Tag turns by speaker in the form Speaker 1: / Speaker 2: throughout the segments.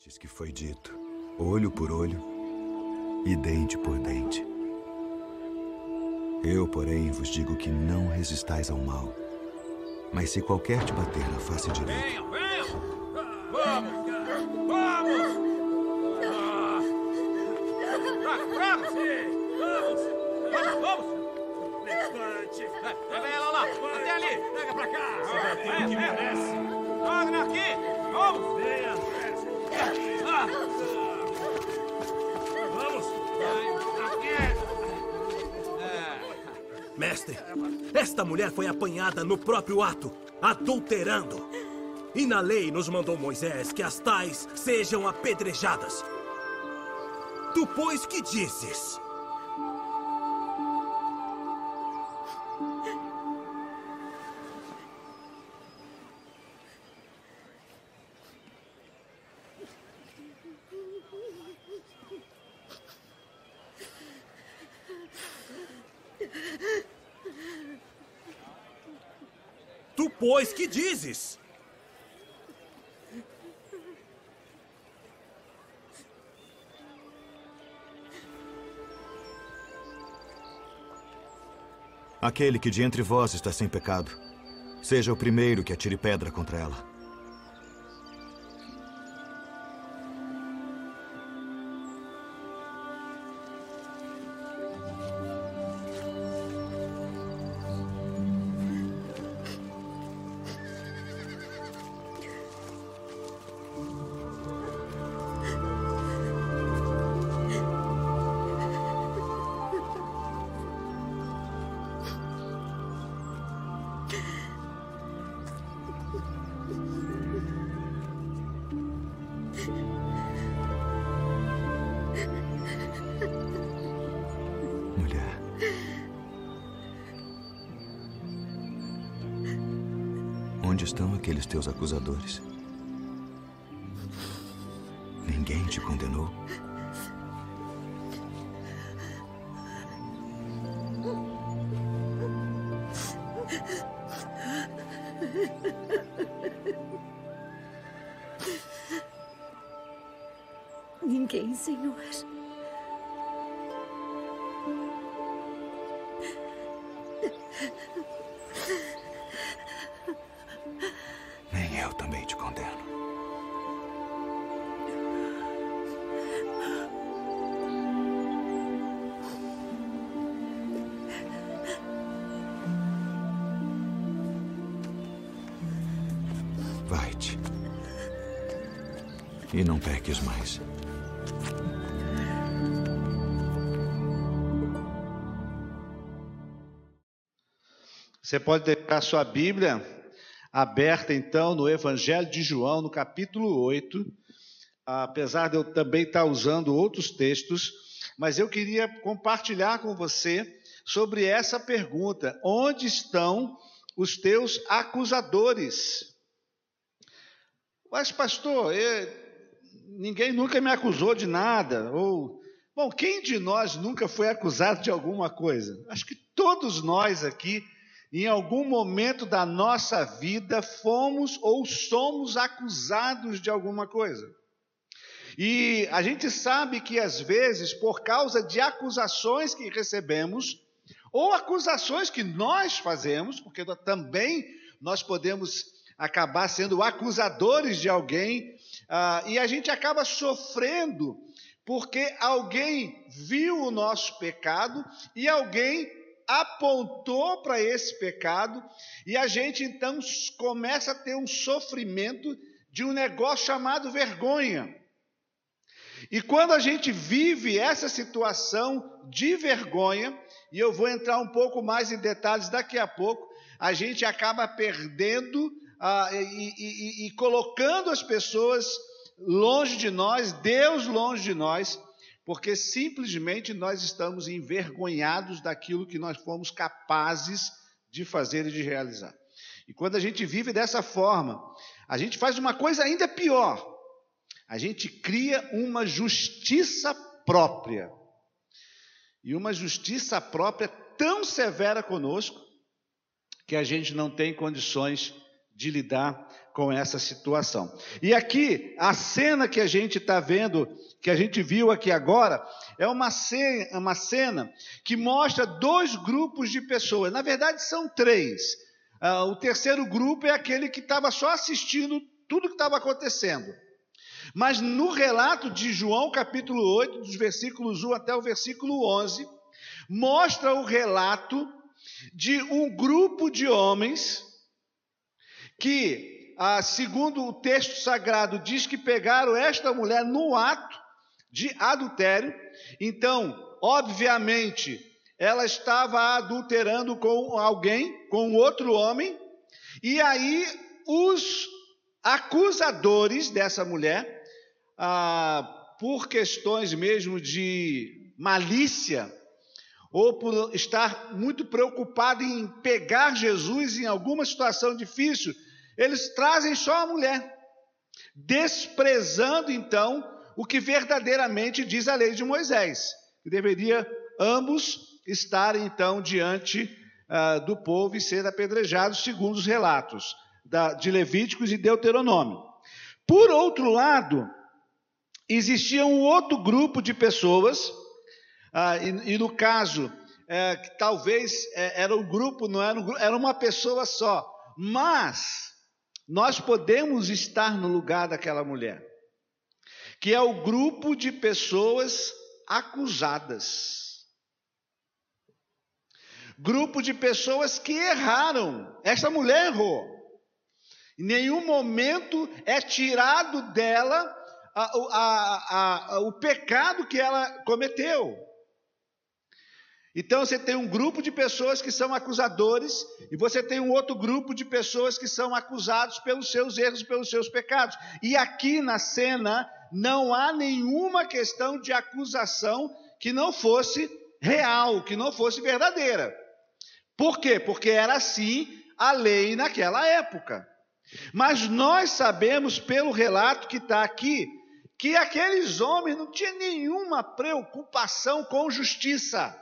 Speaker 1: Diz que foi dito, olho por olho e dente por dente. Eu, porém, vos digo que não resistais ao mal, mas se qualquer te bater na face direita...
Speaker 2: Venham, venham! Vamos! Vamos! Vamos! Vamos! Levante! Pega ela lá! Até ali! Pega pra cá! Você vai ter que merece! Wagner aqui! Vamos! Venha! Vamos!
Speaker 3: Mestre, esta mulher foi apanhada no próprio ato, adulterando. E na lei nos mandou Moisés que as tais sejam apedrejadas. Tu, pois, que dizes? Tu, pois, que dizes?
Speaker 1: Aquele que de entre vós está sem pecado, seja o primeiro que atire pedra contra ela. Onde estão aqueles teus acusadores? Ninguém te condenou?
Speaker 4: Ninguém, Senhor.
Speaker 1: Nem eu também te condeno. Vai-te. E não peques mais.
Speaker 5: Você pode deixar sua Bíblia aberta, então, no Evangelho de João, no capítulo 8. Apesar de eu também estar usando outros textos, mas eu queria compartilhar com você sobre essa pergunta: onde estão os teus acusadores? Mas, pastor, ninguém nunca me acusou de nada. Bom, quem de nós nunca foi acusado de alguma coisa? Acho que todos nós aqui, em algum momento da nossa vida, fomos ou somos acusados de alguma coisa. E a gente sabe que, às vezes, por causa de acusações que recebemos, ou acusações que nós fazemos, porque também nós podemos acabar sendo acusadores de alguém, e a gente acaba sofrendo, porque alguém viu o nosso pecado e alguém apontou para esse pecado, e a gente então começa a ter um sofrimento de um negócio chamado vergonha. E quando a gente vive essa situação de vergonha, e eu vou entrar um pouco mais em detalhes daqui a pouco, a gente acaba perdendo e colocando as pessoas longe de nós, Deus longe de nós, porque simplesmente nós estamos envergonhados daquilo que nós fomos capazes de fazer e de realizar. E quando a gente vive dessa forma, a gente faz uma coisa ainda pior. A gente cria uma justiça própria. E uma justiça própria tão severa conosco que a gente não tem condições de lidar com essa situação. E aqui, a cena que a gente está vendo, que a gente viu aqui agora, é uma cena que mostra dois grupos de pessoas. Na verdade, são três. O terceiro grupo é aquele que estava só assistindo tudo que estava acontecendo. Mas no relato de João, capítulo 8, dos versículos 1 até o versículo 11, mostra o relato de um grupo de homens que, segundo o texto sagrado, diz que pegaram esta mulher no ato de adultério. Então, obviamente, ela estava adulterando com alguém, com outro homem, e aí os acusadores dessa mulher, por questões mesmo de malícia, ou por estar muito preocupado em pegar Jesus em alguma situação difícil, eles trazem só a mulher, desprezando então o que verdadeiramente diz a lei de Moisés, que deveria ambos estarem então diante do povo e ser apedrejados, segundo os relatos de Levíticos e Deuteronômio. Por outro lado, existia um outro grupo de pessoas, e no caso, que talvez era um grupo, não era um grupo, era uma pessoa só, mas nós podemos estar no lugar daquela mulher, que é o grupo de pessoas acusadas. Grupo de pessoas que erraram. Essa mulher errou. Em nenhum momento é tirado dela o pecado que ela cometeu. Então você tem um grupo de pessoas que são acusadores e você tem um outro grupo de pessoas que são acusados pelos seus erros, pelos seus pecados. E aqui na cena não há nenhuma questão de acusação que não fosse real, que não fosse verdadeira. Por quê? Porque era assim a lei naquela época. Mas nós sabemos pelo relato que está aqui, que aqueles homens não tinham nenhuma preocupação com justiça.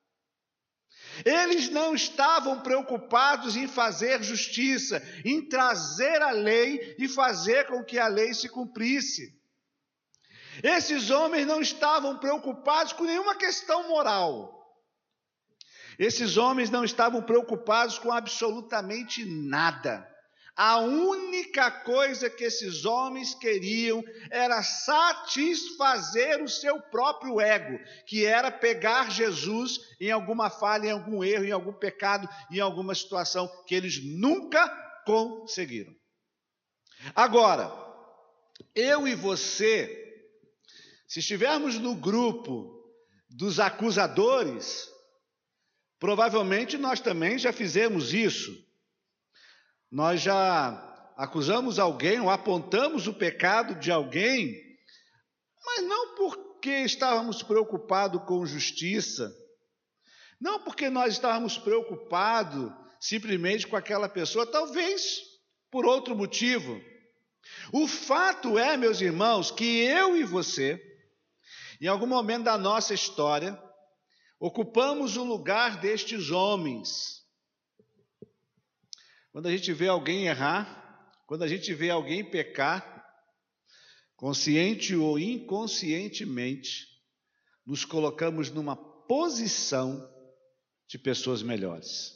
Speaker 5: Eles não estavam preocupados em fazer justiça, em trazer a lei e fazer com que a lei se cumprisse. Esses homens não estavam preocupados com nenhuma questão moral. Esses homens não estavam preocupados com absolutamente nada. A única coisa que esses homens queriam era satisfazer o seu próprio ego, que era pegar Jesus em alguma falha, em algum erro, em algum pecado, em alguma situação que eles nunca conseguiram. Agora, eu e você, se estivermos no grupo dos acusadores, provavelmente nós também já fizemos isso. Nós já acusamos alguém ou apontamos o pecado de alguém, mas não porque estávamos preocupados com justiça, não porque nós estávamos preocupados simplesmente com aquela pessoa, talvez por outro motivo. O fato é, meus irmãos, que eu e você, em algum momento da nossa história, ocupamos o lugar destes homens. Quando a gente vê alguém errar, quando a gente vê alguém pecar, consciente ou inconscientemente, nos colocamos numa posição de pessoas melhores.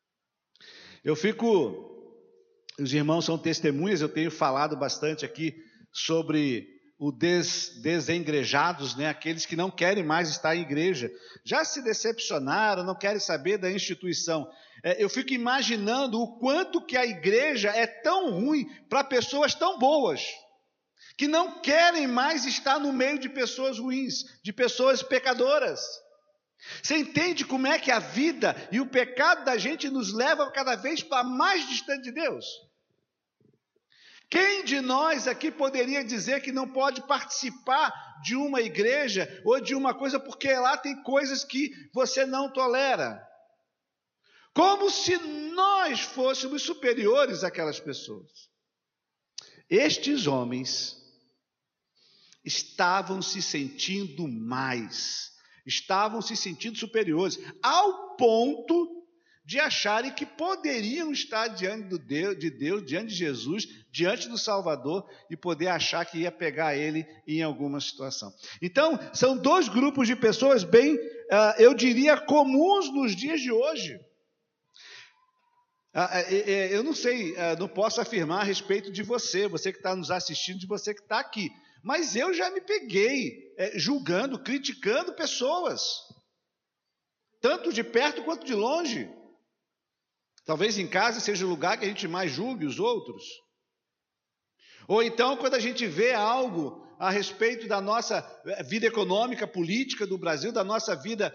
Speaker 5: Os irmãos são testemunhas, eu tenho falado bastante aqui sobre os desengrejados, né? Aqueles que não querem mais estar em igreja, já se decepcionaram, não querem saber da instituição. Eu fico imaginando o quanto que a igreja é tão ruim para pessoas tão boas, que não querem mais estar no meio de pessoas ruins, de pessoas pecadoras. Você entende como é que a vida e o pecado da gente nos leva cada vez para mais distante de Deus? Quem de nós aqui poderia dizer que não pode participar de uma igreja ou de uma coisa porque lá tem coisas que você não tolera? Como se nós fôssemos superiores àquelas pessoas. Estes homens estavam se sentindo mais, estavam se sentindo superiores, ao ponto de acharem que poderiam estar diante de Deus, diante de Jesus, diante do Salvador, e poder achar que ia pegar ele em alguma situação. Então, são dois grupos de pessoas bem, eu diria, comuns nos dias de hoje. Eu não sei, não posso afirmar a respeito de você que está nos assistindo, de você que está aqui, mas eu já me peguei julgando, criticando pessoas, tanto de perto quanto de longe. Talvez em casa seja o lugar que a gente mais julgue os outros. Ou então, quando a gente vê algo a respeito da nossa vida econômica, política do Brasil, da nossa vida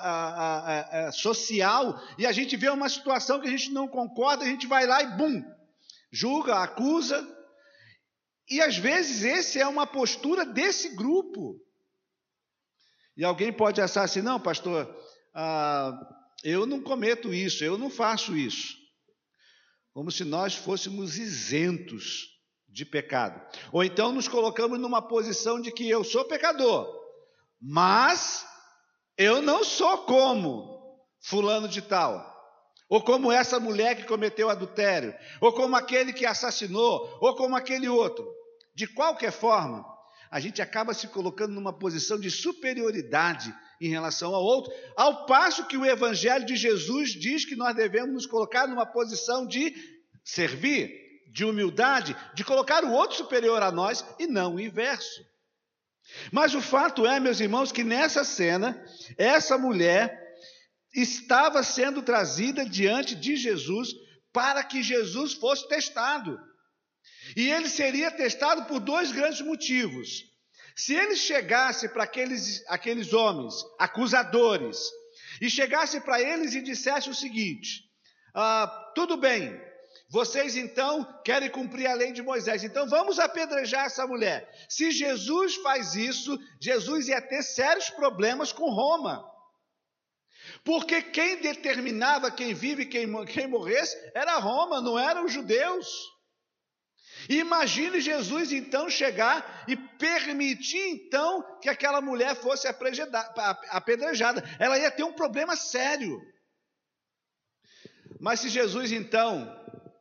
Speaker 5: social, e a gente vê uma situação que a gente não concorda, a gente vai lá e bum, julga, acusa. E às vezes essa é uma postura desse grupo. E alguém pode achar assim, não, pastor, eu não cometo isso, eu não faço isso. Como se nós fôssemos isentos de pecado. Ou então nos colocamos numa posição de que eu sou pecador, mas eu não sou como fulano de tal, ou como essa mulher que cometeu adultério, ou como aquele que assassinou, ou como aquele outro. De qualquer forma, a gente acaba se colocando numa posição de superioridade em relação ao outro, ao passo que o Evangelho de Jesus diz que nós devemos nos colocar numa posição de servir, de humildade, de colocar o outro superior a nós e não o inverso. Mas o fato é, meus irmãos, que nessa cena, essa mulher estava sendo trazida diante de Jesus para que Jesus fosse testado. E ele seria testado por dois grandes motivos. Se ele chegasse para aqueles homens acusadores e chegasse para eles e dissesse o seguinte: tudo bem, vocês então querem cumprir a lei de Moisés, então vamos apedrejar essa mulher. Se Jesus faz isso, Jesus ia ter sérios problemas com Roma. Porque quem determinava quem vive e quem morresse era Roma, não eram os judeus. Imagine Jesus então chegar e permitir então que aquela mulher fosse apedrejada. Ela ia ter um problema sério. Mas se Jesus então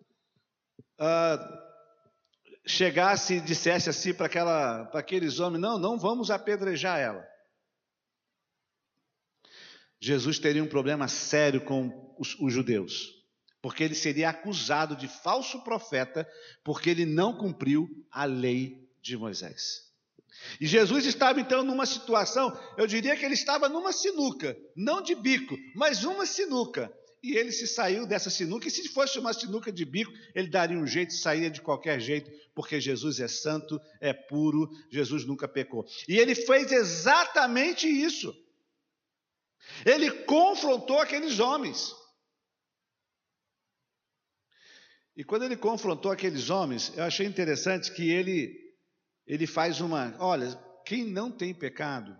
Speaker 5: chegasse e dissesse assim para aqueles homens, não vamos apedrejar ela, Jesus teria um problema sério com os judeus, porque ele seria acusado de falso profeta, porque ele não cumpriu a lei de Moisés. E Jesus estava então numa situação, eu diria que ele estava numa sinuca, não de bico, mas uma sinuca. E ele se saiu dessa sinuca, e se fosse uma sinuca de bico, ele daria um jeito, sairia de qualquer jeito, porque Jesus é santo, é puro, Jesus nunca pecou. E ele fez exatamente isso. Ele confrontou aqueles homens. E quando ele confrontou aqueles homens, eu achei interessante que ele faz olha, quem não tem pecado,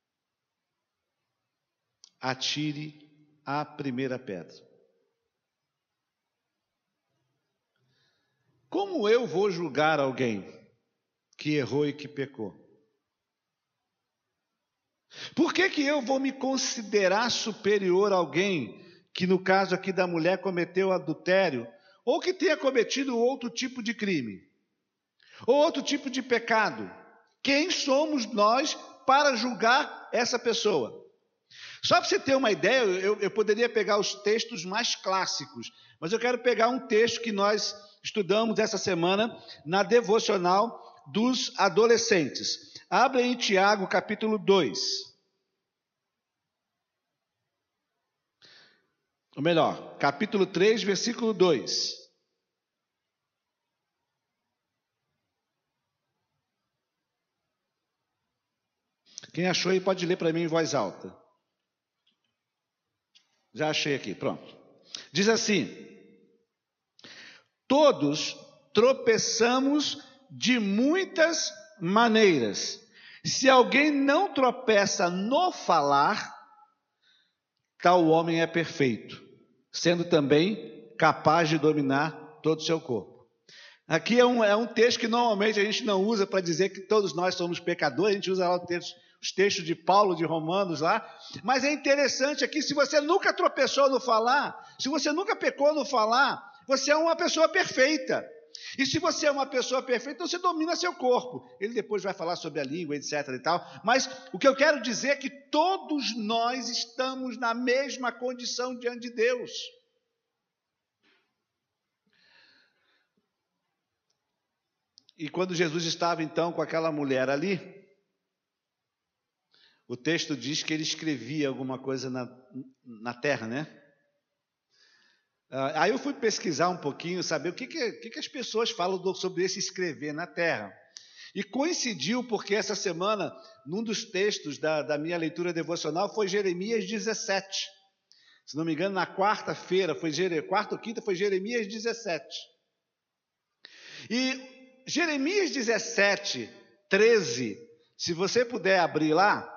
Speaker 5: atire a primeira pedra. Como eu vou julgar alguém que errou e que pecou? Por que eu vou me considerar superior a alguém que, no caso aqui da mulher, cometeu adultério, ou que tenha cometido outro tipo de crime, ou outro tipo de pecado? Quem somos nós para julgar essa pessoa? Só para você ter uma ideia, eu poderia pegar os textos mais clássicos, mas eu quero pegar um texto que nós estudamos essa semana na devocional dos adolescentes. Abra em Tiago, capítulo 2. Ou melhor, capítulo 3, versículo 2. Quem achou aí pode ler para mim em voz alta. Já achei aqui, pronto. Diz assim: todos tropeçamos de muitas maneiras. Se alguém não tropeça no falar, tal homem é perfeito, sendo também capaz de dominar todo o seu corpo. Aqui é um texto que normalmente a gente não usa para dizer que todos nós somos pecadores, a gente usa lá os textos de Paulo, de Romanos lá, mas é interessante aqui, se você nunca tropeçou no falar, se você nunca pecou no falar, você é uma pessoa perfeita. E se você é uma pessoa perfeita, então você domina seu corpo. Ele depois vai falar sobre a língua, etc. e tal. Mas o que eu quero dizer é que todos nós estamos na mesma condição diante de Deus. E quando Jesus estava então com aquela mulher ali, o texto diz que ele escrevia alguma coisa na terra, né? Aí eu fui pesquisar um pouquinho, saber o que as pessoas falam sobre esse escrever na terra. E coincidiu porque essa semana, num dos textos da minha leitura devocional, foi Jeremias 17. Se não me engano, na quarta-feira, quarta ou quinta, foi Jeremias 17. E Jeremias 17, 13, se você puder abrir lá,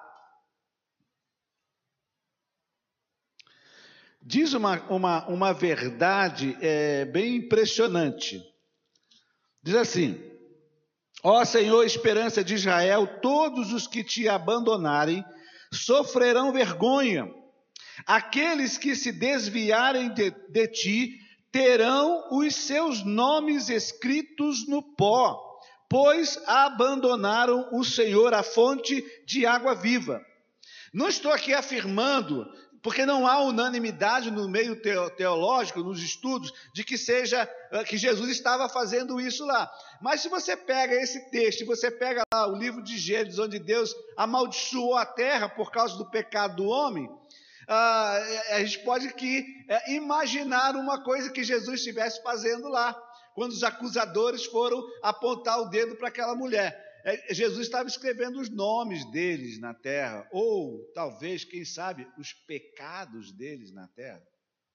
Speaker 5: diz uma verdade bem impressionante. Diz assim: ó Senhor, esperança de Israel, todos os que te abandonarem sofrerão vergonha. Aqueles que se desviarem de ti terão os seus nomes escritos no pó, pois abandonaram o Senhor, a fonte de água viva. Não estou aqui afirmando, porque não há unanimidade no meio teológico, nos estudos, de que Jesus estava fazendo isso lá. Mas se você pega esse texto, se você pega lá o livro de Gênesis, onde Deus amaldiçoou a terra por causa do pecado do homem, a gente pode imaginar uma coisa que Jesus estivesse fazendo lá, quando os acusadores foram apontar o dedo para aquela mulher. Jesus estava escrevendo os nomes deles na terra, ou talvez, quem sabe, os pecados deles na terra.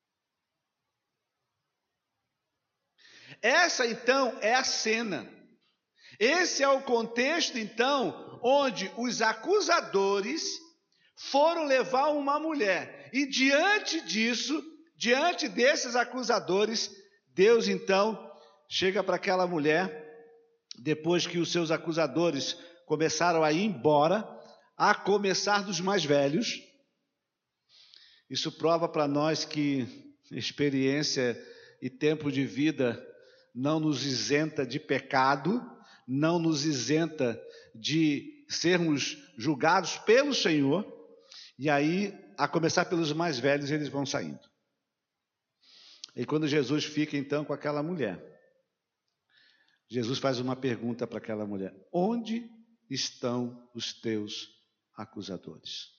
Speaker 5: Essa, então, é a cena. Esse é o contexto, então, onde os acusadores foram levar uma mulher. E diante disso, diante desses acusadores, Deus, então, chega para aquela mulher, depois que os seus acusadores começaram a ir embora, a começar dos mais velhos. Isso prova para nós que experiência e tempo de vida não nos isenta de pecado, não nos isenta de sermos julgados pelo Senhor. E aí, a começar pelos mais velhos, eles vão saindo. E quando Jesus fica então com aquela mulher, Jesus faz uma pergunta para aquela mulher: onde estão os teus acusadores?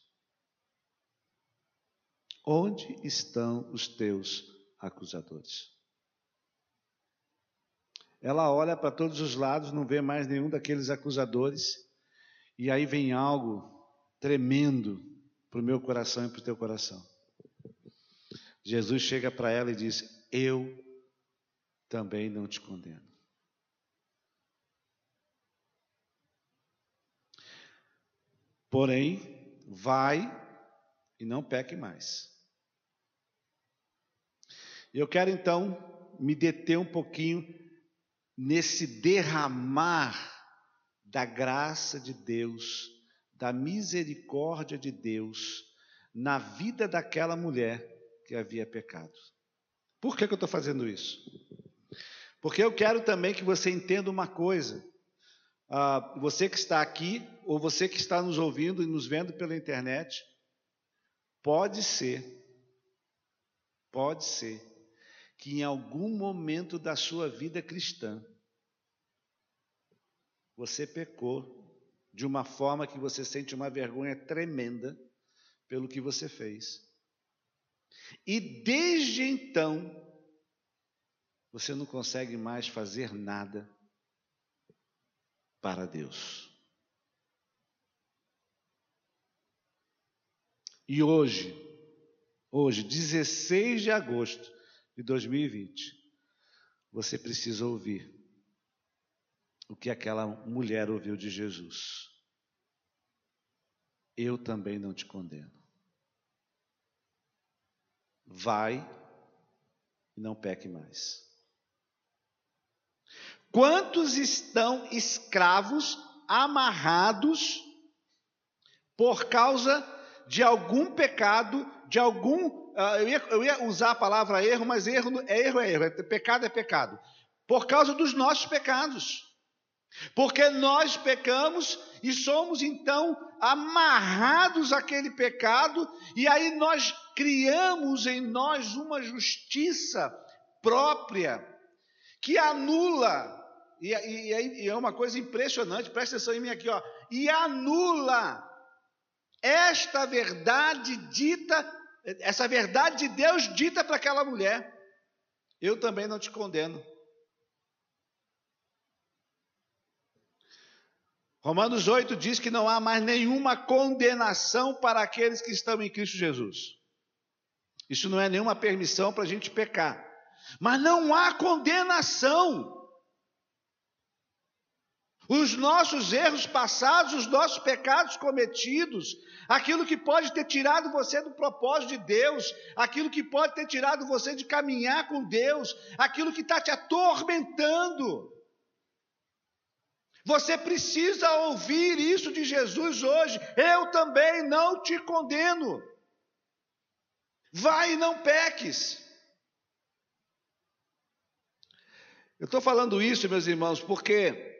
Speaker 5: Onde estão os teus acusadores? Ela olha para todos os lados, não vê mais nenhum daqueles acusadores, e aí vem algo tremendo para o meu coração e para o teu coração. Jesus chega para ela e diz: eu também não te condeno. Porém, vai e não peque mais. Eu quero então me deter um pouquinho nesse derramar da graça de Deus, da misericórdia de Deus na vida daquela mulher que havia pecado. Por que eu estou fazendo isso? Porque eu quero também que você entenda uma coisa. Você que está aqui, ou você que está nos ouvindo e nos vendo pela internet, pode ser que em algum momento da sua vida cristã, você pecou de uma forma que você sente uma vergonha tremenda pelo que você fez. E desde então, você não consegue mais fazer nada para Deus. E hoje, 16 de agosto de 2020, você precisa ouvir o que aquela mulher ouviu de Jesus. Eu também não te condeno. Vai e não peque mais. Quantos estão escravos, amarrados, por causa de algum pecado, de algum... eu ia usar a palavra erro, mas erro é erro, pecado é pecado. Por causa dos nossos pecados. Porque nós pecamos e somos então amarrados àquele pecado, e aí nós criamos em nós uma justiça própria que anula, e é uma coisa impressionante, presta atenção em mim aqui, ó, e anula esta verdade dita, essa verdade de Deus dita para aquela mulher: eu também não te condeno. Romanos 8 diz que não há mais nenhuma condenação para aqueles que estão em Cristo Jesus. Isso não é nenhuma permissão para a gente pecar, mas não há condenação. Os nossos erros passados, os nossos pecados cometidos, aquilo que pode ter tirado você do propósito de Deus, aquilo que pode ter tirado você de caminhar com Deus, aquilo que está te atormentando. Você precisa ouvir isso de Jesus hoje: eu também não te condeno. Vai e não peques. Eu estou falando isso, meus irmãos, porque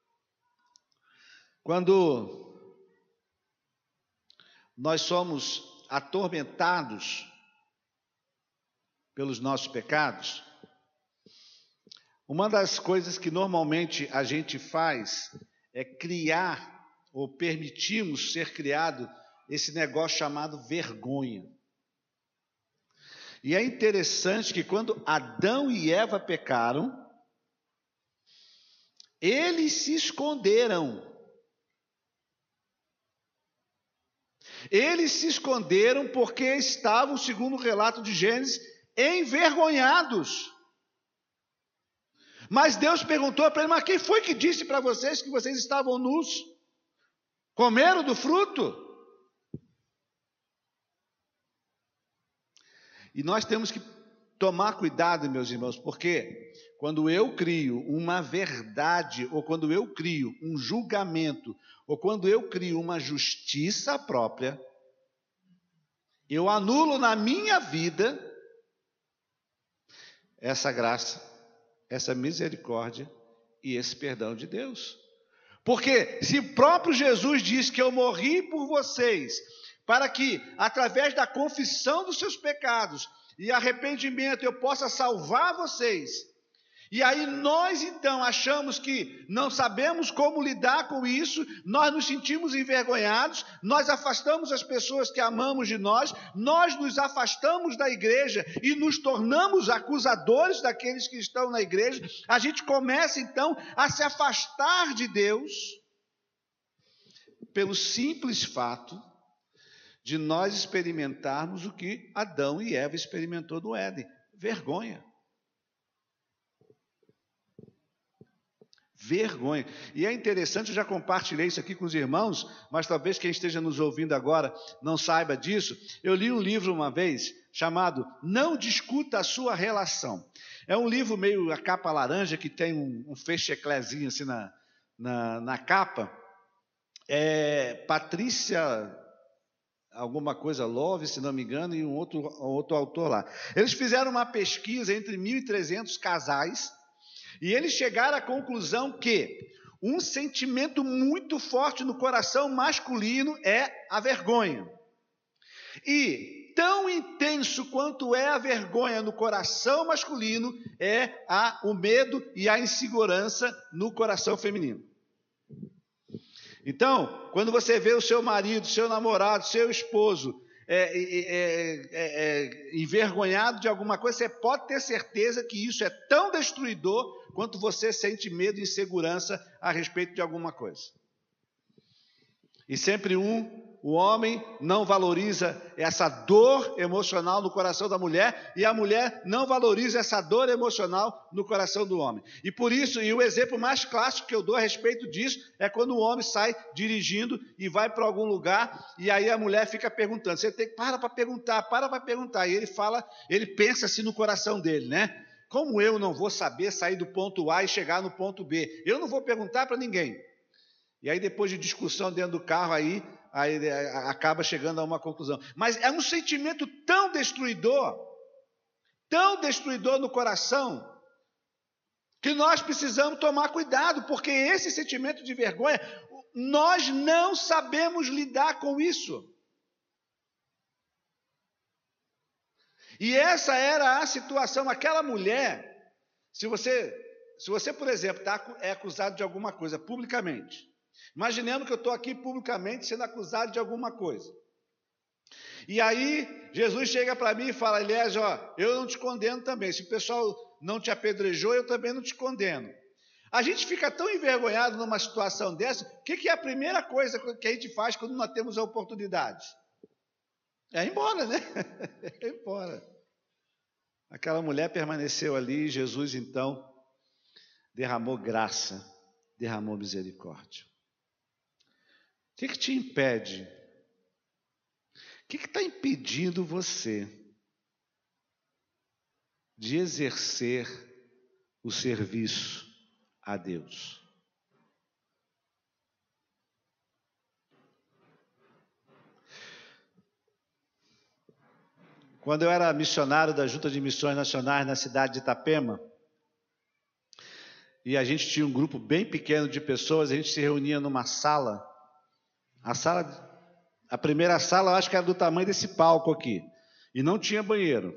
Speaker 5: quando nós somos atormentados pelos nossos pecados, uma das coisas que normalmente a gente faz é criar, ou permitimos ser criado, esse negócio chamado vergonha. E é interessante que quando Adão e Eva pecaram, eles se esconderam. Eles se esconderam porque estavam, segundo o relato de Gênesis, envergonhados. Mas Deus perguntou para ele: mas quem foi que disse para vocês que vocês estavam nus? Comeram do fruto? E nós temos que tomar cuidado, meus irmãos, porque quando eu crio uma verdade, ou quando eu crio um julgamento, ou quando eu crio uma justiça própria, eu anulo na minha vida essa graça, essa misericórdia e esse perdão de Deus. Porque se o próprio Jesus diz que eu morri por vocês, para que através da confissão dos seus pecados e arrependimento eu possa salvar vocês, e aí nós então achamos que não sabemos como lidar com isso, nós nos sentimos envergonhados, nós afastamos as pessoas que amamos de nós nos afastamos da igreja e nos tornamos acusadores daqueles que estão na igreja. A gente começa então a se afastar de Deus pelo simples fato de nós experimentarmos o que Adão e Eva experimentou no Éden: vergonha. Vergonha. E é interessante, eu já compartilhei isso aqui com os irmãos, mas talvez quem esteja nos ouvindo agora não saiba disso. Eu li um livro uma vez chamado Não Discuta a Sua Relação. É um livro meio a capa laranja, que tem um fecheclézinho assim na capa. É Patrícia alguma coisa Love, se não me engano, e um outro autor lá. Eles fizeram uma pesquisa entre 1.300 casais, e eles chegaram à conclusão que um sentimento muito forte no coração masculino é a vergonha. E tão intenso quanto é a vergonha no coração masculino é o medo e a insegurança no coração feminino. Então, quando você vê o seu marido, seu namorado, seu esposo envergonhado de alguma coisa, você pode ter certeza que isso é tão destruidor quanto você sente medo e insegurança a respeito de alguma coisa. E sempre o homem não valoriza essa dor emocional no coração da mulher, e a mulher não valoriza essa dor emocional no coração do homem. E por isso, e o exemplo mais clássico que eu dou a respeito disso é quando o homem sai dirigindo e vai para algum lugar, e aí a mulher fica perguntando. Você tem que para perguntar, e ele pensa assim no coração dele, né? como eu não vou saber sair do ponto A e chegar no ponto B? Eu não vou perguntar para ninguém. E aí, depois de discussão dentro do carro, aí acaba chegando a uma conclusão. Mas é um sentimento tão destruidor no coração, que nós precisamos tomar cuidado, porque esse sentimento de vergonha, nós não sabemos lidar com isso. E essa era a situação. Aquela mulher, se você, por exemplo, é acusado de alguma coisa publicamente, imaginando que eu estou aqui publicamente sendo acusado de alguma coisa. E aí, Jesus chega para mim e fala: aliás, eu não te condeno também. Se o pessoal não te apedrejou, eu também não te condeno. A gente fica tão envergonhado numa situação dessa. O que é a primeira coisa que a gente faz quando nós temos a oportunidade? É ir embora, né? É ir embora. Aquela mulher permaneceu ali, e Jesus então derramou graça, derramou misericórdia. O que te impede? O que está impedindo você de exercer o serviço a Deus? Quando eu era missionário da Junta de Missões Nacionais na cidade de Itapema, e a gente tinha um grupo bem pequeno de pessoas, a gente se reunia numa sala. A primeira sala, eu acho que era do tamanho desse palco aqui, e não tinha banheiro.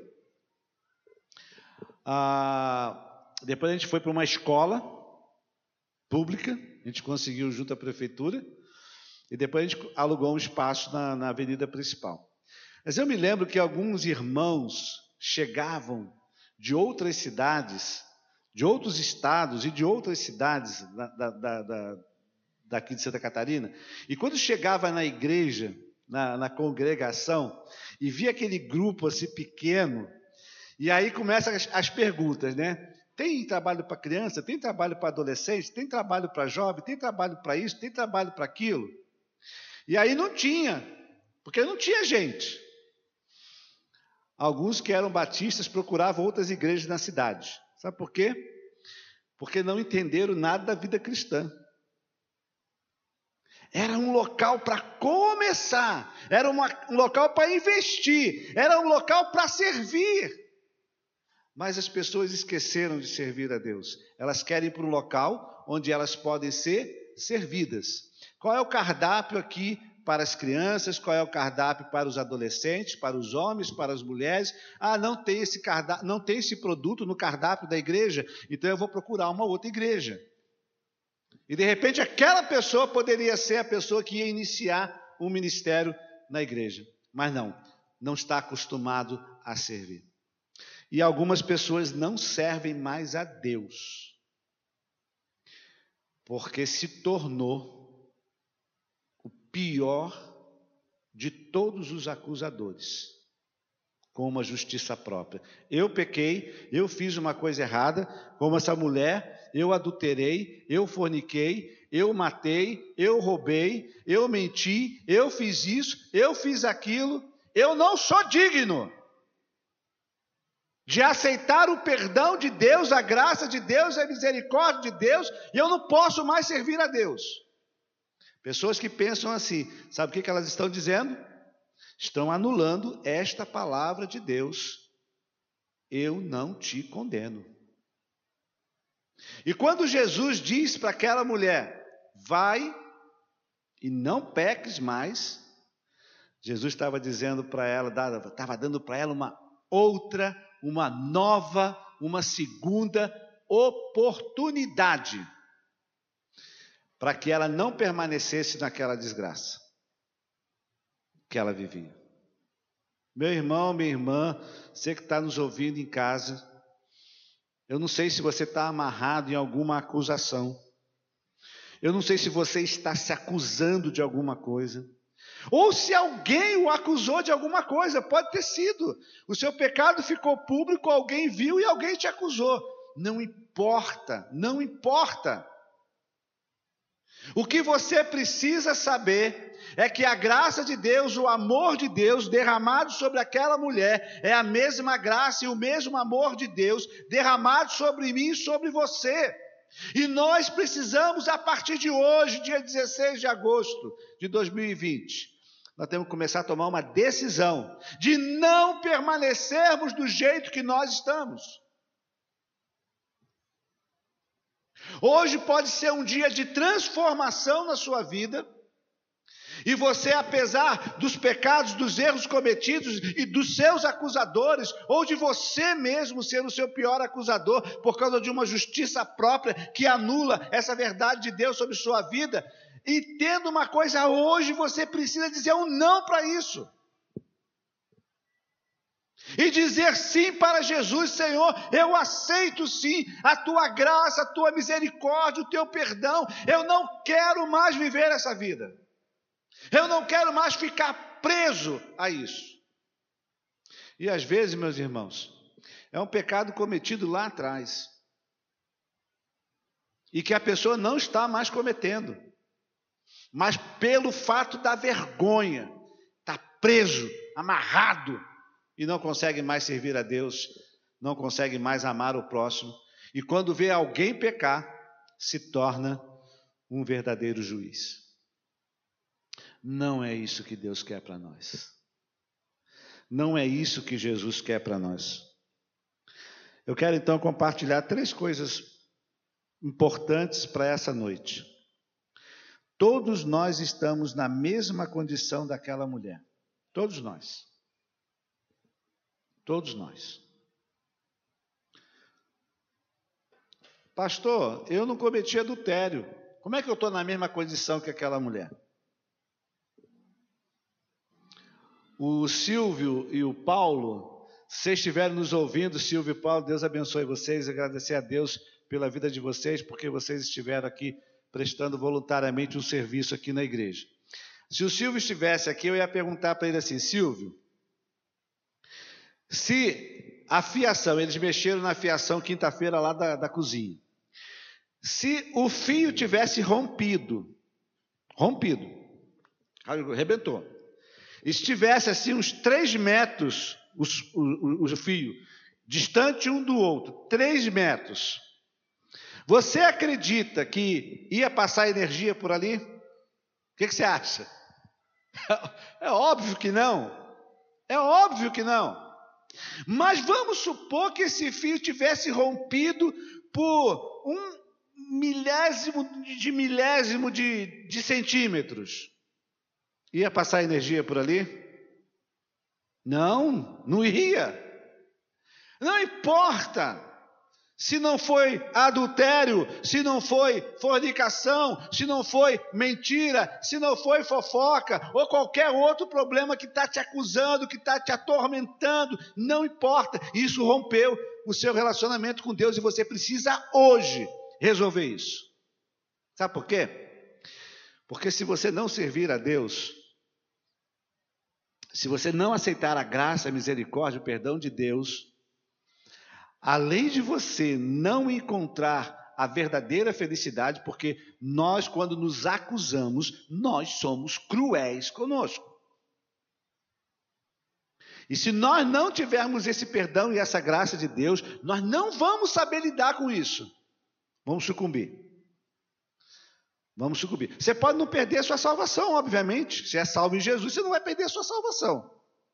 Speaker 5: Depois a gente foi para uma escola pública, a gente conseguiu junto à prefeitura, e depois a gente alugou um espaço na avenida principal. Mas eu me lembro que alguns irmãos chegavam de outras cidades, de outros estados e de outras cidades daqui de Santa Catarina, e quando chegava na igreja, na congregação, e via aquele grupo assim pequeno, e aí começam as perguntas, né? Tem trabalho para criança? Tem trabalho para adolescente? Tem trabalho para jovem? Tem trabalho para isso? Tem trabalho para aquilo? E aí não tinha, porque não tinha gente. Alguns que eram batistas procuravam outras igrejas na cidade. Sabe por quê? Porque não entenderam nada da vida cristã. Era um local para começar, era um local para investir, era um local para servir. Mas as pessoas esqueceram de servir a Deus. Elas querem ir para um local onde elas podem ser servidas. Qual é o cardápio aqui para as crianças? Qual é o cardápio para os adolescentes, para os homens, para as mulheres? Não tem esse cardápio, não tem esse produto no cardápio da igreja, então eu vou procurar uma outra igreja. E de repente aquela pessoa poderia ser a pessoa que ia iniciar um ministério na igreja. Mas não está acostumado a servir. E algumas pessoas não servem mais a Deus, porque se tornou o pior de todos os acusadores, com uma justiça própria. Eu pequei, eu fiz uma coisa errada, como essa mulher, eu adulterei, eu forniquei, eu matei, eu roubei, eu menti, eu fiz isso, eu fiz aquilo, eu não sou digno de aceitar o perdão de Deus, a graça de Deus, a misericórdia de Deus, e eu não posso mais servir a Deus. Pessoas que pensam assim, sabe o que elas estão dizendo? Estão anulando esta palavra de Deus. Eu não te condeno. E quando Jesus diz para aquela mulher, vai e não peques mais, Jesus estava dizendo para ela, estava dando para ela uma nova, uma segunda oportunidade para que ela não permanecesse naquela desgraça que ela vivia. Meu irmão, minha irmã, você que está nos ouvindo em casa, eu não sei se você está amarrado em alguma acusação, eu não sei se você está se acusando de alguma coisa, ou se alguém o acusou de alguma coisa, pode ter sido. O seu pecado ficou público, alguém viu e alguém te acusou. Não importa, não importa. O que você precisa saber é que a graça de Deus, o amor de Deus derramado sobre aquela mulher, é a mesma graça e o mesmo amor de Deus derramado sobre mim e sobre você. E nós precisamos, a partir de hoje, dia 16 de agosto de 2020, nós temos que começar a tomar uma decisão de não permanecermos do jeito que nós estamos. Hoje pode ser um dia de transformação na sua vida, e você, apesar dos pecados, dos erros cometidos e dos seus acusadores, ou de você mesmo ser o seu pior acusador, por causa de uma justiça própria que anula essa verdade de Deus sobre sua vida, e tendo uma coisa hoje, você precisa dizer um não para isso. E dizer sim para Jesus: Senhor, eu aceito sim a tua graça, a tua misericórdia, o teu perdão. Eu não quero mais viver essa vida. Eu não quero mais ficar preso a isso. E às vezes, meus irmãos, é um pecado cometido lá atrás, e que a pessoa não está mais cometendo, mas pelo fato da vergonha, está preso, amarrado, e não consegue mais servir a Deus, não consegue mais amar o próximo, e quando vê alguém pecar, se torna um verdadeiro juiz. Não é isso que Deus quer para nós. Não é isso que Jesus quer para nós. Eu quero então compartilhar 3 coisas importantes para essa noite. Todos nós estamos na mesma condição daquela mulher. Todos nós. Todos nós. Pastor, eu não cometi adultério. Como é que eu estou na mesma condição que aquela mulher? O Silvio e o Paulo, se vocês estiverem nos ouvindo, Silvio e Paulo, Deus abençoe vocês, agradecer a Deus pela vida de vocês, porque vocês estiveram aqui prestando voluntariamente um serviço aqui na igreja. Se o Silvio estivesse aqui, eu ia perguntar para ele assim: Silvio, se a fiação, eles mexeram na fiação quinta-feira lá da cozinha, se o fio tivesse rompido, arrebentou, estivesse assim uns 3 metros, o fio, distante um do outro, 3 metros, você acredita que ia passar energia por ali? O que você acha? É óbvio que não. É óbvio que não. Mas vamos supor que esse fio tivesse rompido por 1/1000 de centímetros. Ia passar energia por ali? Não, não ia. Não importa se não foi adultério, se não foi fornicação, se não foi mentira, se não foi fofoca, ou qualquer outro problema que está te acusando, que está te atormentando, não importa. Isso rompeu o seu relacionamento com Deus e você precisa hoje resolver isso. Sabe por quê? Porque se você não servir a Deus, se você não aceitar a graça, a misericórdia, o perdão de Deus, além de você não encontrar a verdadeira felicidade, porque nós, quando nos acusamos, nós somos cruéis conosco. E se nós não tivermos esse perdão e essa graça de Deus, nós não vamos saber lidar com isso. Vamos sucumbir. Vamos sucumbir. Você pode não perder a sua salvação, obviamente. Se é salvo em Jesus, você não vai perder a sua salvação.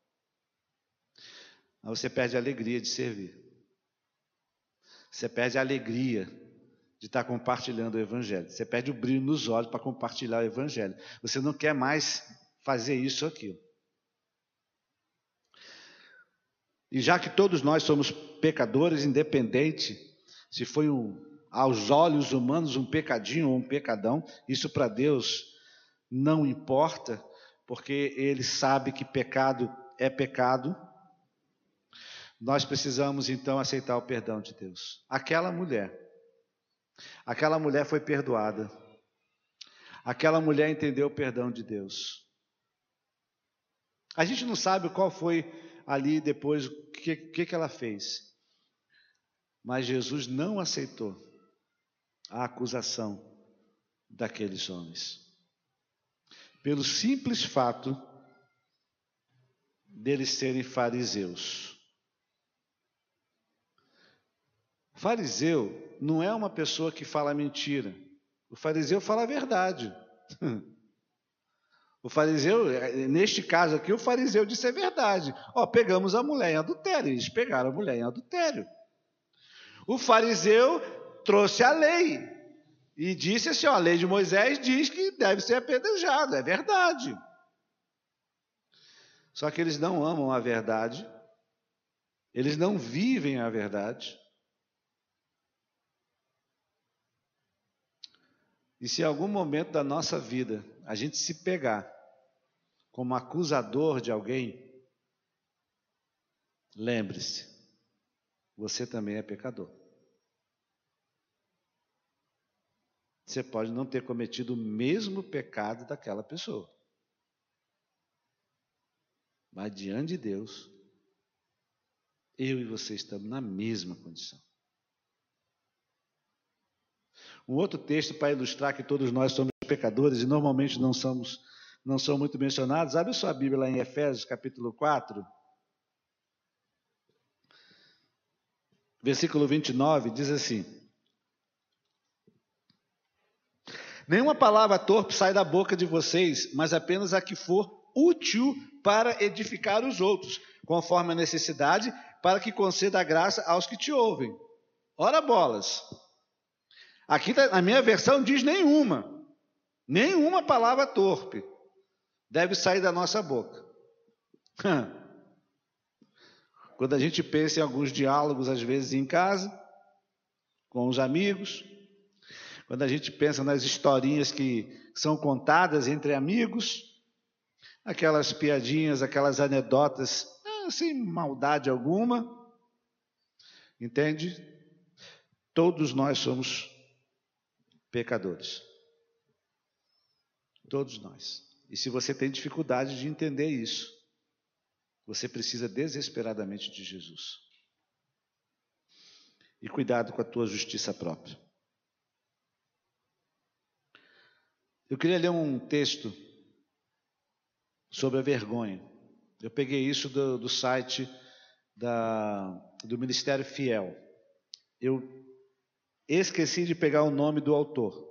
Speaker 5: Mas você perde a alegria de servir. Você perde a alegria de estar compartilhando o Evangelho. Você perde o brilho nos olhos para compartilhar o Evangelho. Você não quer mais fazer isso ou aquilo. E já que todos nós somos pecadores, independente se foi aos olhos humanos um pecadinho ou um pecadão, isso para Deus não importa, porque Ele sabe que pecado é pecado. Nós precisamos então aceitar o perdão de Deus. Aquela mulher foi perdoada. Aquela mulher entendeu o perdão de Deus. A gente não sabe qual foi ali depois, o que ela fez. Mas Jesus não aceitou a acusação daqueles homens. pelo simples fato deles serem fariseus. Fariseu não é uma pessoa que fala mentira. O fariseu fala a verdade. O fariseu, neste caso aqui, o fariseu disse a verdade. Pegamos a mulher em adultério. Eles pegaram a mulher em adultério. O fariseu trouxe a lei e disse assim, a lei de Moisés diz que deve ser apedrejado. É verdade. Só que eles não amam a verdade. Eles não vivem a verdade. E se em algum momento da nossa vida a gente se pegar como acusador de alguém, lembre-se, você também é pecador. Você pode não ter cometido o mesmo pecado daquela pessoa, mas diante de Deus, eu e você estamos na mesma condição. Um outro texto para ilustrar que todos nós somos pecadores e normalmente não são muito mencionados. Abre sua Bíblia lá em Efésios, capítulo 4. Versículo 29, diz assim: nenhuma palavra torpe sai da boca de vocês, mas apenas a que for útil para edificar os outros, conforme a necessidade, para que conceda a graça aos que te ouvem. Ora bolas! Aqui na minha versão diz nenhuma. Nenhuma palavra torpe deve sair da nossa boca. Quando a gente pensa em alguns diálogos, às vezes em casa, com os amigos, quando a gente pensa nas historinhas que são contadas entre amigos, aquelas piadinhas, aquelas anedotas, sem maldade alguma, entende? Todos nós somos pecadores. Todos nós. E se você tem dificuldade de entender isso, você precisa desesperadamente de Jesus. E cuidado com a tua justiça própria. Eu queria ler um texto sobre a vergonha. Eu peguei isso do site do Ministério Fiel. Eu esqueci de pegar o nome do autor,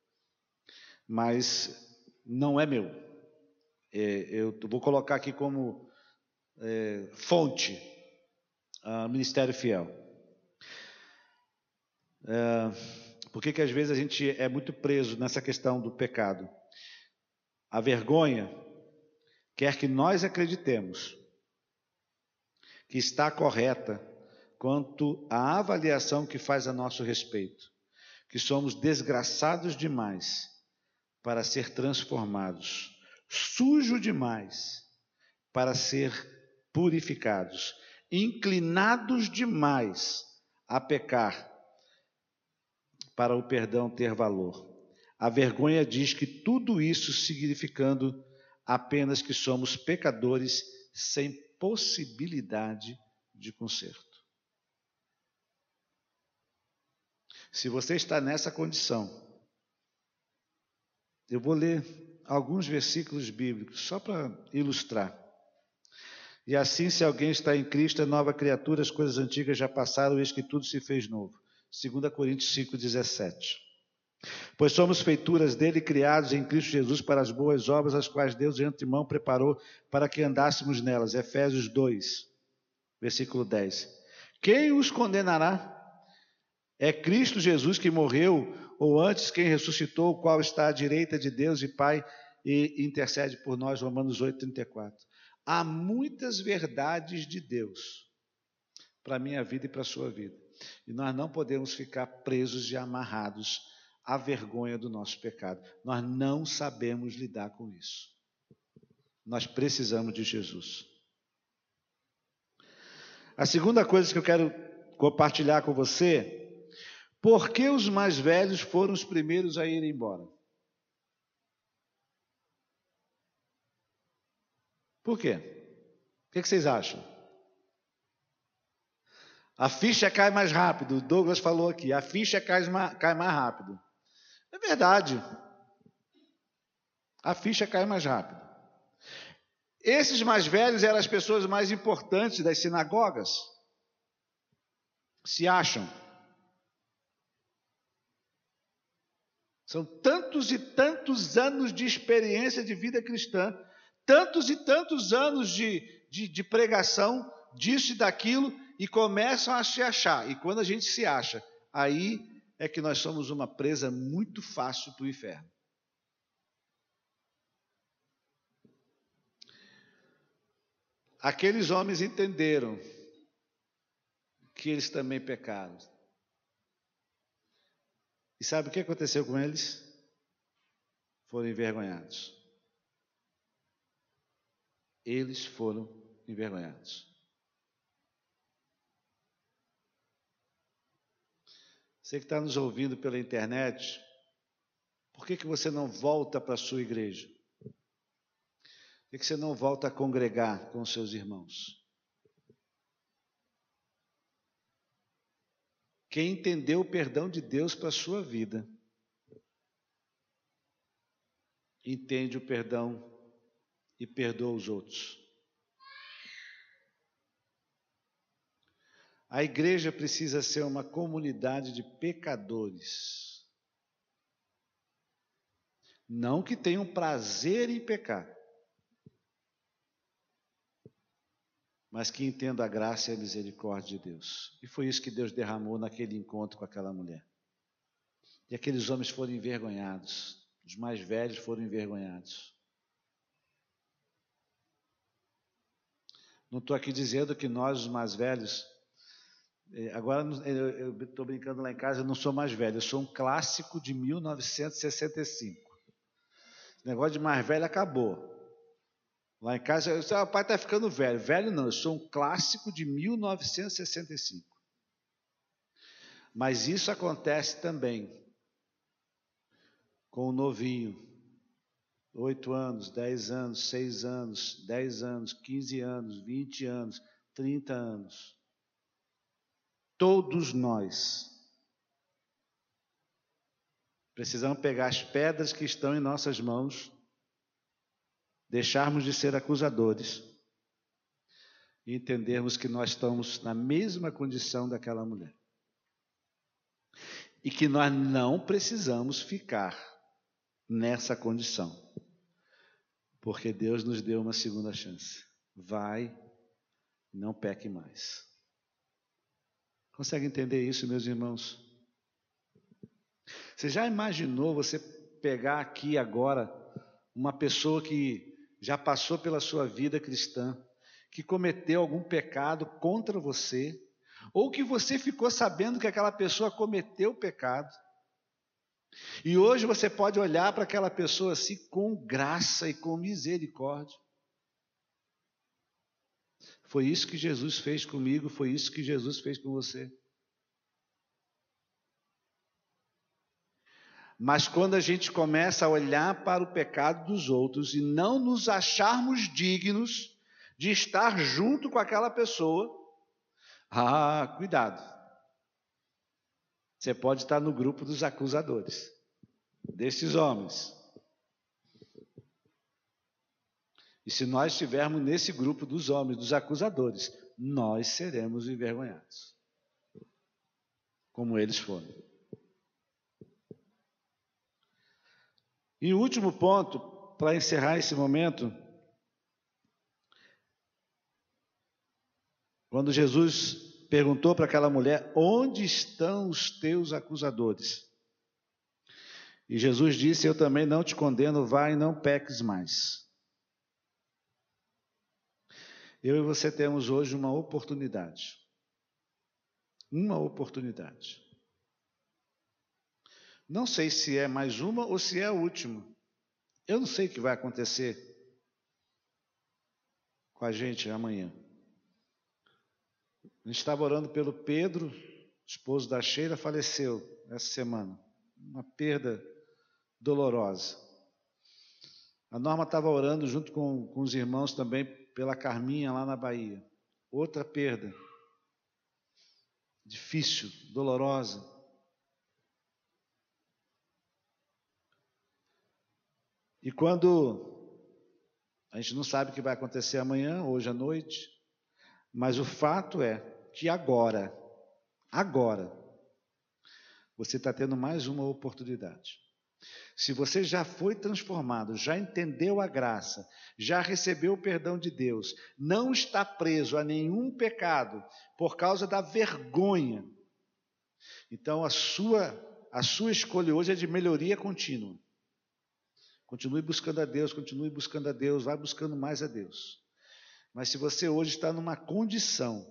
Speaker 5: mas não é meu. Eu vou colocar aqui como fonte, Ministério Fiel. Por que às vezes a gente é muito preso nessa questão do pecado? A vergonha quer que nós acreditemos que está correta quanto à avaliação que faz a nosso respeito, que somos desgraçados demais para ser transformados, sujos demais para ser purificados, inclinados demais a pecar para o perdão ter valor. A vergonha diz que tudo isso significando apenas que somos pecadores sem possibilidade de conserto. Se você está nessa condição, eu vou ler alguns versículos bíblicos, só para ilustrar. E assim, se alguém está em Cristo, é nova criatura, as coisas antigas já passaram, eis que tudo se fez novo. 2 Coríntios 5,17. Pois somos feituras dele, criados em Cristo Jesus para as boas obras, as quais Deus de antemão preparou para que andássemos nelas. Efésios 2, versículo 10. Quem os condenará? É Cristo Jesus que morreu, ou antes quem ressuscitou, o qual está à direita de Deus e Pai e intercede por nós, Romanos 8,34. Há muitas verdades de Deus para a minha vida e para a sua vida. E nós não podemos ficar presos e amarrados à vergonha do nosso pecado. Nós não sabemos lidar com isso. Nós precisamos de Jesus. A segunda coisa que eu quero compartilhar com você: por que os mais velhos foram os primeiros a ir embora? Por quê? O que vocês acham? A ficha cai mais rápido. O Douglas falou aqui, a ficha cai mais rápido. É verdade. A ficha cai mais rápido. Esses mais velhos eram as pessoas mais importantes das sinagogas. Se acham. São tantos e tantos anos de experiência de vida cristã, tantos e tantos anos de pregação, disso e daquilo, e começam a se achar. E quando a gente se acha, aí é que nós somos uma presa muito fácil para o inferno. Aqueles homens entenderam que eles também pecaram. E sabe o que aconteceu com eles? Foram envergonhados. Eles foram envergonhados. Você que está nos ouvindo pela internet, por que você não volta para a sua igreja? Por que você não volta a congregar com os seus irmãos? Quem entendeu o perdão de Deus para a sua vida, entende o perdão e perdoa os outros. A igreja precisa ser uma comunidade de pecadores. Não que tenham prazer em pecar, mas que entenda a graça e a misericórdia de Deus. E foi isso que Deus derramou naquele encontro com aquela mulher. E aqueles homens foram envergonhados, os mais velhos foram envergonhados. Não estou aqui dizendo que nós, os mais velhos, agora eu estou brincando lá em casa, eu não sou mais velho, eu sou um clássico de 1965. Esse negócio de mais velho acabou. Lá em casa, o pai está ficando velho. Velho não, eu sou um clássico de 1965. Mas isso acontece também com o novinho. 8 anos, 10 anos, 6 anos, 10 anos, 15 anos, 20 anos, 30 anos. Todos nós precisamos pegar as pedras que estão em nossas mãos, deixarmos de ser acusadores e entendermos que nós estamos na mesma condição daquela mulher. E que nós não precisamos ficar nessa condição, porque Deus nos deu uma segunda chance. Vai, não peque mais. Consegue entender isso, meus irmãos? Você já imaginou você pegar aqui agora uma pessoa que já passou pela sua vida cristã, que cometeu algum pecado contra você, ou que você ficou sabendo que aquela pessoa cometeu pecado, e hoje você pode olhar para aquela pessoa assim com graça e com misericórdia. Foi isso que Jesus fez comigo, foi isso que Jesus fez com você. Mas quando a gente começa a olhar para o pecado dos outros e não nos acharmos dignos de estar junto com aquela pessoa, cuidado. Você pode estar no grupo dos acusadores, desses homens. E se nós estivermos nesse grupo dos homens, dos acusadores, nós seremos envergonhados, como eles foram. E o último ponto, para encerrar esse momento, quando Jesus perguntou para aquela mulher: onde estão os teus acusadores? E Jesus disse: eu também não te condeno, vai e não peques mais. Eu e você temos hoje uma oportunidade. Uma oportunidade. Não sei se é mais uma ou se é a última. Eu não sei o que vai acontecer com a gente amanhã. A gente estava orando pelo Pedro, esposo da Sheila, faleceu essa semana. Uma perda dolorosa. A Norma estava orando junto com os irmãos também pela Carminha lá na Bahia. Outra perda. Difícil, dolorosa. E quando a gente não sabe o que vai acontecer amanhã, hoje à noite, mas o fato é que agora, você está tendo mais uma oportunidade. Se você já foi transformado, já entendeu a graça, já recebeu o perdão de Deus, não está preso a nenhum pecado por causa da vergonha, então a sua escolha hoje é de melhoria contínua. Continue buscando a Deus, vai buscando mais a Deus. Mas se você hoje está numa condição,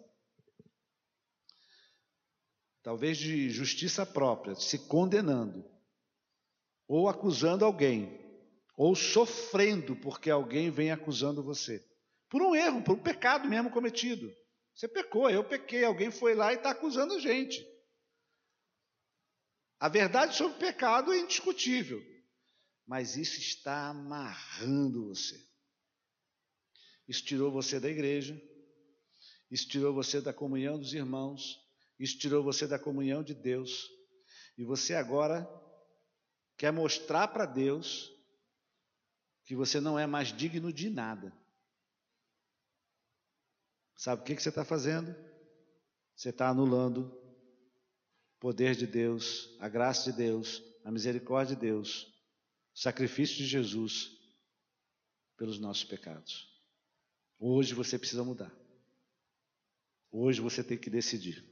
Speaker 5: talvez de justiça própria, se condenando, ou acusando alguém, ou sofrendo porque alguém vem acusando você, por um erro, por um pecado mesmo cometido. Você pecou, eu pequei, alguém foi lá e está acusando a gente. A verdade sobre o pecado é indiscutível, mas isso está amarrando você. Isso tirou você da igreja, isso tirou você da comunhão dos irmãos, isso tirou você da comunhão de Deus, e você agora quer mostrar para Deus que você não é mais digno de nada. Sabe o que você está fazendo? Você está anulando o poder de Deus, a graça de Deus, a misericórdia de Deus, o sacrifício de Jesus pelos nossos pecados. Hoje você precisa mudar. Hoje você tem que decidir.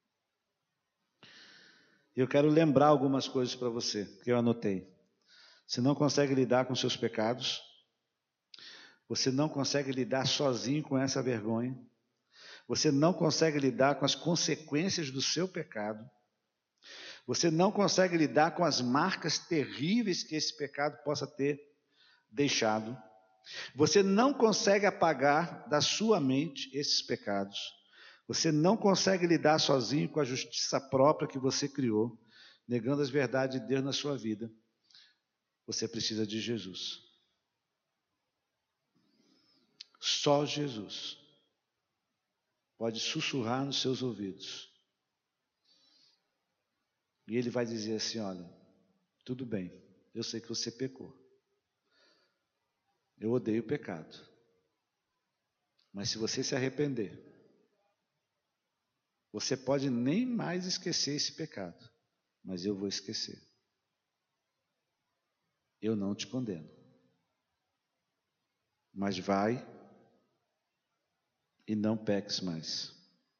Speaker 5: Eu quero lembrar algumas coisas para você, que eu anotei. Você não consegue lidar com seus pecados. Você não consegue lidar sozinho com essa vergonha. Você não consegue lidar com as consequências do seu pecado. Você não consegue lidar com as marcas terríveis que esse pecado possa ter deixado. Você não consegue apagar da sua mente esses pecados. Você não consegue lidar sozinho com a justiça própria que você criou, negando as verdades de Deus na sua vida. Você precisa de Jesus. Só Jesus pode sussurrar nos seus ouvidos. E Ele vai dizer assim: olha, tudo bem, eu sei que você pecou. Eu odeio o pecado. Mas se você se arrepender, você pode nem mais esquecer esse pecado, mas eu vou esquecer. Eu não te condeno. Mas vai e não peques mais.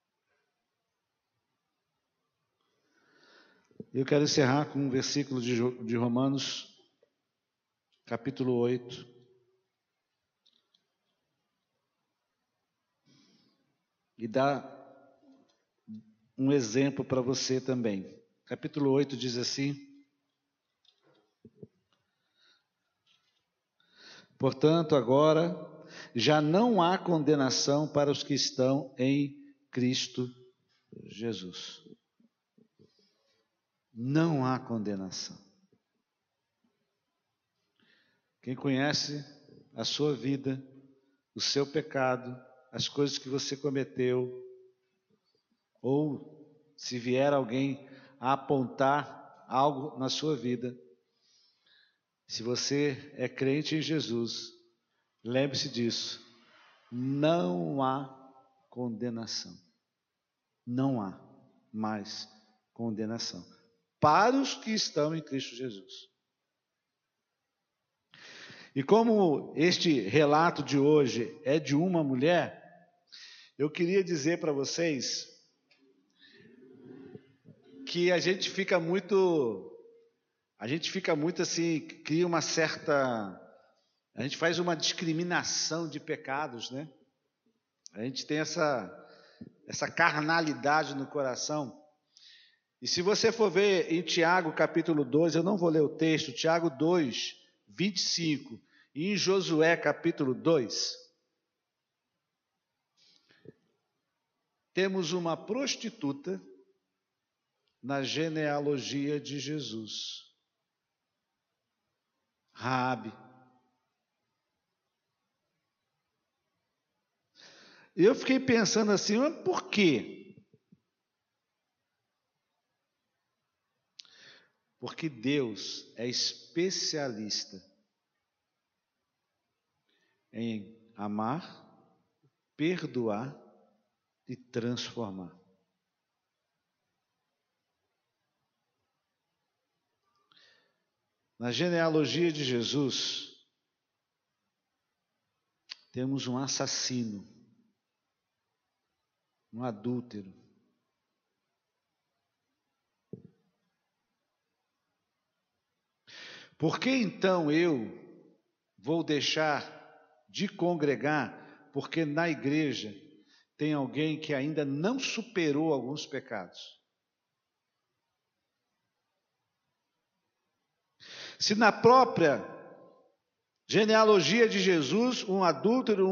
Speaker 5: Eu quero encerrar com um versículo de Romanos, capítulo 8. E dar um exemplo para você também. Capítulo 8 diz assim: portanto, agora já não há condenação para os que estão em Cristo Jesus. Não há condenação. Quem conhece a sua vida, o seu pecado, as coisas que você cometeu, ou se vier alguém a apontar algo na sua vida, se você é crente em Jesus, lembre-se disso, não há condenação. Não há mais condenação para os que estão em Cristo Jesus. E como este relato de hoje é de uma mulher, eu queria dizer para vocês que a gente fica muito assim, cria uma certa, a gente faz uma discriminação de pecados, né? A gente tem essa carnalidade no coração. E se você for ver em Tiago capítulo 2, eu não vou ler o texto, Tiago 2, 25, e em Josué capítulo 2, temos uma prostituta na genealogia de Jesus, Raabe. Eu fiquei pensando assim, mas por quê? Porque Deus é especialista em amar, perdoar e transformar. Na genealogia de Jesus, temos um assassino, um adúltero. Por que então eu vou deixar de congregar porque na igreja tem alguém que ainda não superou alguns pecados? Se na própria genealogia de Jesus, um adúltero,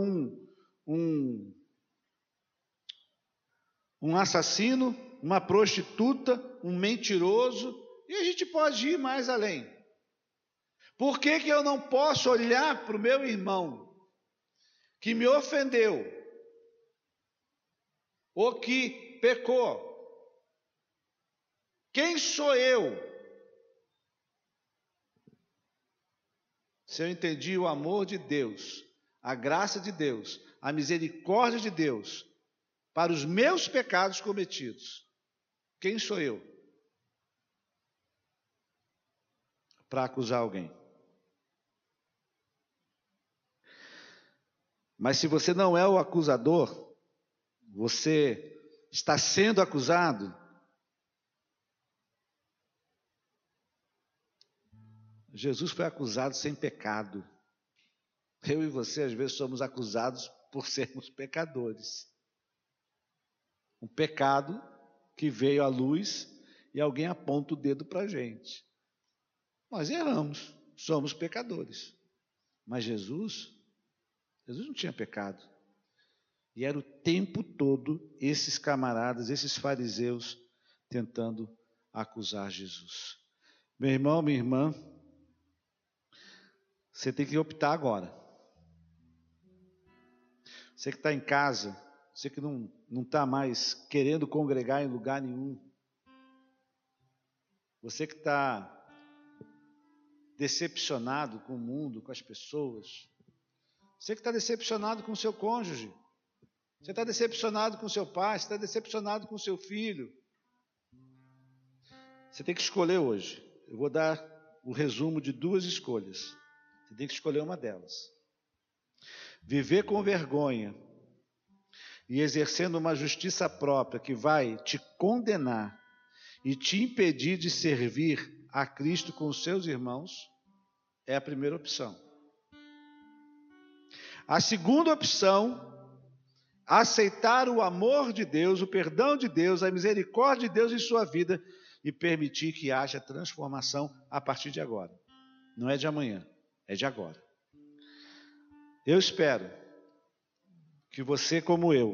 Speaker 5: um assassino, uma prostituta, um mentiroso, e a gente pode ir mais além. Por que eu não posso olhar para o meu irmão que me ofendeu, ou que pecou? Quem sou eu? Se eu entendi o amor de Deus, a graça de Deus, a misericórdia de Deus para os meus pecados cometidos, quem sou eu para acusar alguém? Mas se você não é o acusador, você está sendo acusado, Jesus foi acusado sem pecado. Eu e você, às vezes, somos acusados por sermos pecadores. Um pecado que veio à luz e alguém aponta o dedo para a gente. Nós erramos, somos pecadores. Mas Jesus não tinha pecado. E era o tempo todo esses camaradas, esses fariseus, tentando acusar Jesus. Meu irmão, minha irmã, você tem que optar agora. Você que está em casa, você que não está mais querendo congregar em lugar nenhum, você que está decepcionado com o mundo, com as pessoas, você que está decepcionado com o seu cônjuge, você está decepcionado com o seu pai, você está decepcionado com o seu filho, você tem que escolher hoje. Eu vou dar o resumo de 2 escolhas. Você tem que escolher uma delas. Viver com vergonha e exercendo uma justiça própria que vai te condenar e te impedir de servir a Cristo com os seus irmãos, é a primeira opção. A segunda opção, aceitar o amor de Deus, o perdão de Deus, a misericórdia de Deus em sua vida e permitir que haja transformação a partir de agora. Não é de amanhã, é de agora. Eu espero que você, como eu,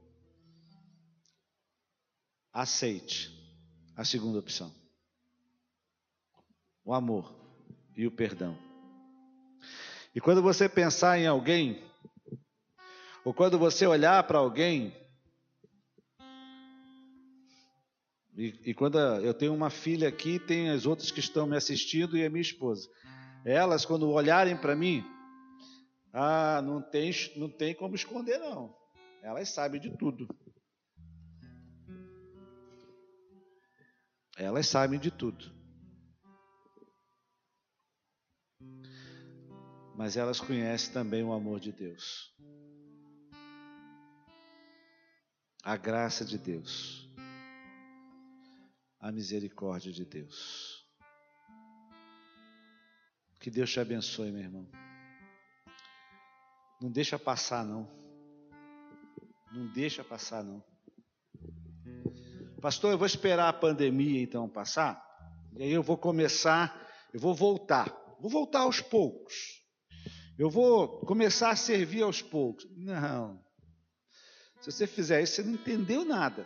Speaker 5: aceite a segunda opção. O amor e o perdão. E quando você pensar em alguém, ou quando você olhar para alguém, e quando eu tenho uma filha aqui, tem as outras que estão me assistindo e a minha esposa. Elas, quando olharem para mim, não tem como esconder, não. Elas sabem de tudo. Elas sabem de tudo. Mas elas conhecem também o amor de Deus. A graça de Deus. A misericórdia de Deus. Que Deus te abençoe, meu irmão. Não deixa passar, não. Não deixa passar, não. Pastor, eu vou esperar a pandemia, então, passar. E aí eu vou voltar. Vou voltar aos poucos. Eu vou começar a servir aos poucos. Não. Se você fizer isso, você não entendeu nada.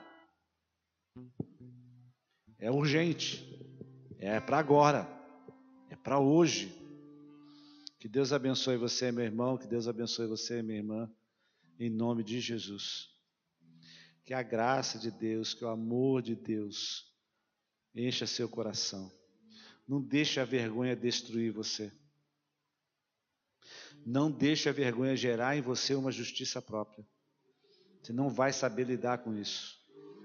Speaker 5: É urgente. É para agora. É para hoje. Que Deus abençoe você, meu irmão. Que Deus abençoe você, minha irmã. Em nome de Jesus. Que a graça de Deus, que o amor de Deus encha seu coração. Não deixe a vergonha destruir você. Não deixe a vergonha gerar em você uma justiça própria. Você não vai saber lidar com isso.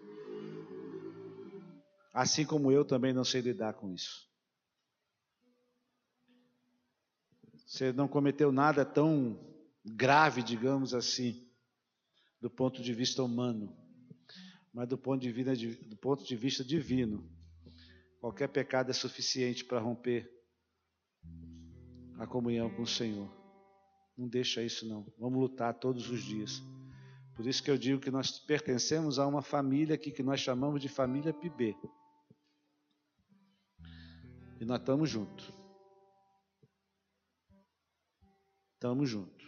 Speaker 5: Assim como eu também não sei lidar com isso. Você não cometeu nada tão grave, digamos assim, do ponto de vista humano, mas do ponto de vista divino. Qualquer pecado é suficiente para romper a comunhão com o Senhor. Não deixa isso não. Vamos lutar todos os dias. Por isso que eu digo que nós pertencemos a uma família aqui que nós chamamos de família PIB. E nós estamos juntos. Estamos juntos.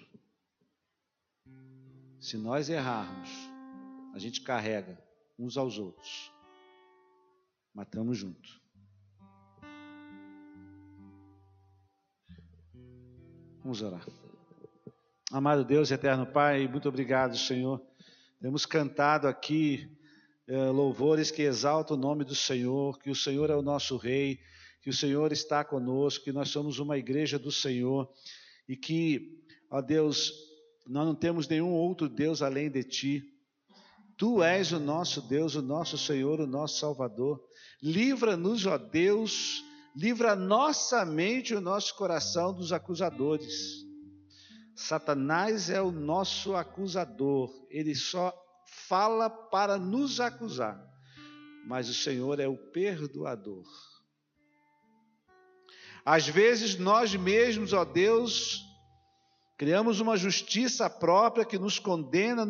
Speaker 5: Se nós errarmos, a gente carrega uns aos outros. Mas estamos juntos. Vamos orar. Amado Deus, eterno Pai, muito obrigado, Senhor. Temos cantado aqui louvores que exaltam o nome do Senhor, que o Senhor é o nosso Rei, que o Senhor está conosco, que nós somos uma igreja do Senhor e que, ó Deus, nós não temos nenhum outro Deus além de Ti. Tu és o nosso Deus, o nosso Senhor, o nosso Salvador. Livra-nos, ó Deus, livra a nossa mente e o nosso coração dos acusadores. Satanás é o nosso acusador, ele só fala para nos acusar, mas o Senhor é o perdoador. Às vezes nós mesmos, ó Deus, criamos uma justiça própria que nos condena,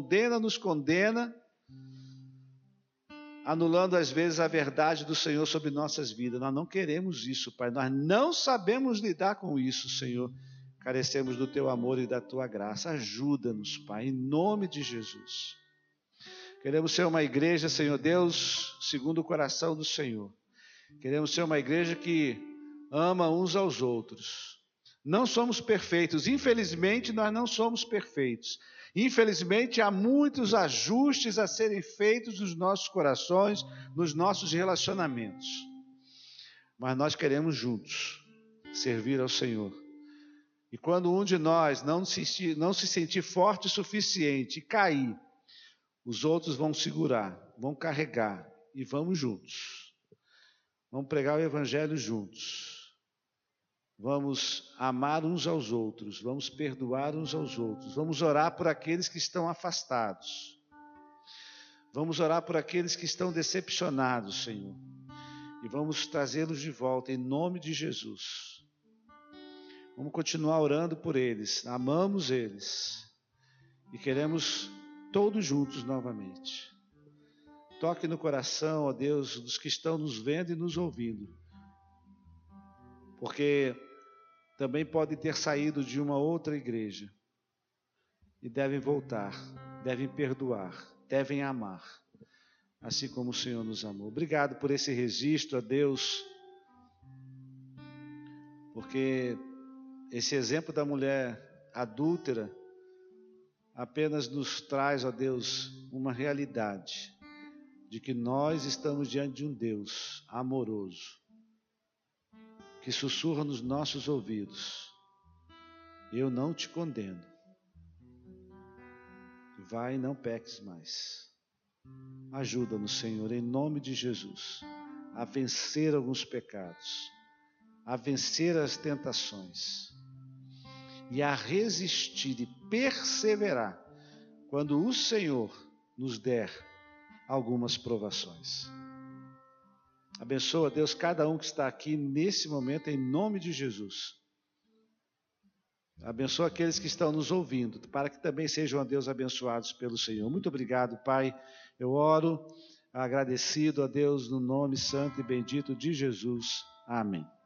Speaker 5: anulando às vezes a verdade do Senhor sobre nossas vidas. Nós não queremos isso, Pai, nós não sabemos lidar com isso, Senhor. Carecemos do Teu amor e da Tua graça. Ajuda-nos, Pai, em nome de Jesus. Queremos ser uma igreja, Senhor Deus, segundo o coração do Senhor. Queremos ser uma igreja que ama uns aos outros. Não somos perfeitos, infelizmente nós não somos perfeitos. Infelizmente há muitos ajustes a serem feitos nos nossos corações, nos nossos relacionamentos. Mas nós queremos juntos servir ao Senhor. E quando um de nós não se sentir forte o suficiente e cair, os outros vão segurar, vão carregar e vamos juntos. Vamos pregar o Evangelho juntos. Vamos amar uns aos outros, vamos perdoar uns aos outros, vamos orar por aqueles que estão afastados. Vamos orar por aqueles que estão decepcionados, Senhor. E vamos trazê-los de volta em nome de Jesus. Vamos continuar orando por eles, amamos eles e queremos todos juntos novamente. Toque no coração, ó Deus, dos que estão nos vendo e nos ouvindo, porque também podem ter saído de uma outra igreja e devem voltar, devem perdoar, devem amar, assim como o Senhor nos amou. Obrigado por esse registro, ó Deus, porque esse exemplo da mulher adúltera apenas nos traz, ó Deus, uma realidade de que nós estamos diante de um Deus amoroso, que sussurra nos nossos ouvidos: eu não te condeno, vai e não peques mais. Ajuda-nos, Senhor, em nome de Jesus, a vencer alguns pecados, a vencer as tentações e a resistir e perseverar quando o Senhor nos der algumas provações. Abençoa, Deus, cada um que está aqui nesse momento em nome de Jesus. Abençoa aqueles que estão nos ouvindo, para que também sejam, ó Deus, abençoados pelo Senhor. Muito obrigado, Pai. Eu oro agradecido a Deus no nome santo e bendito de Jesus. Amém.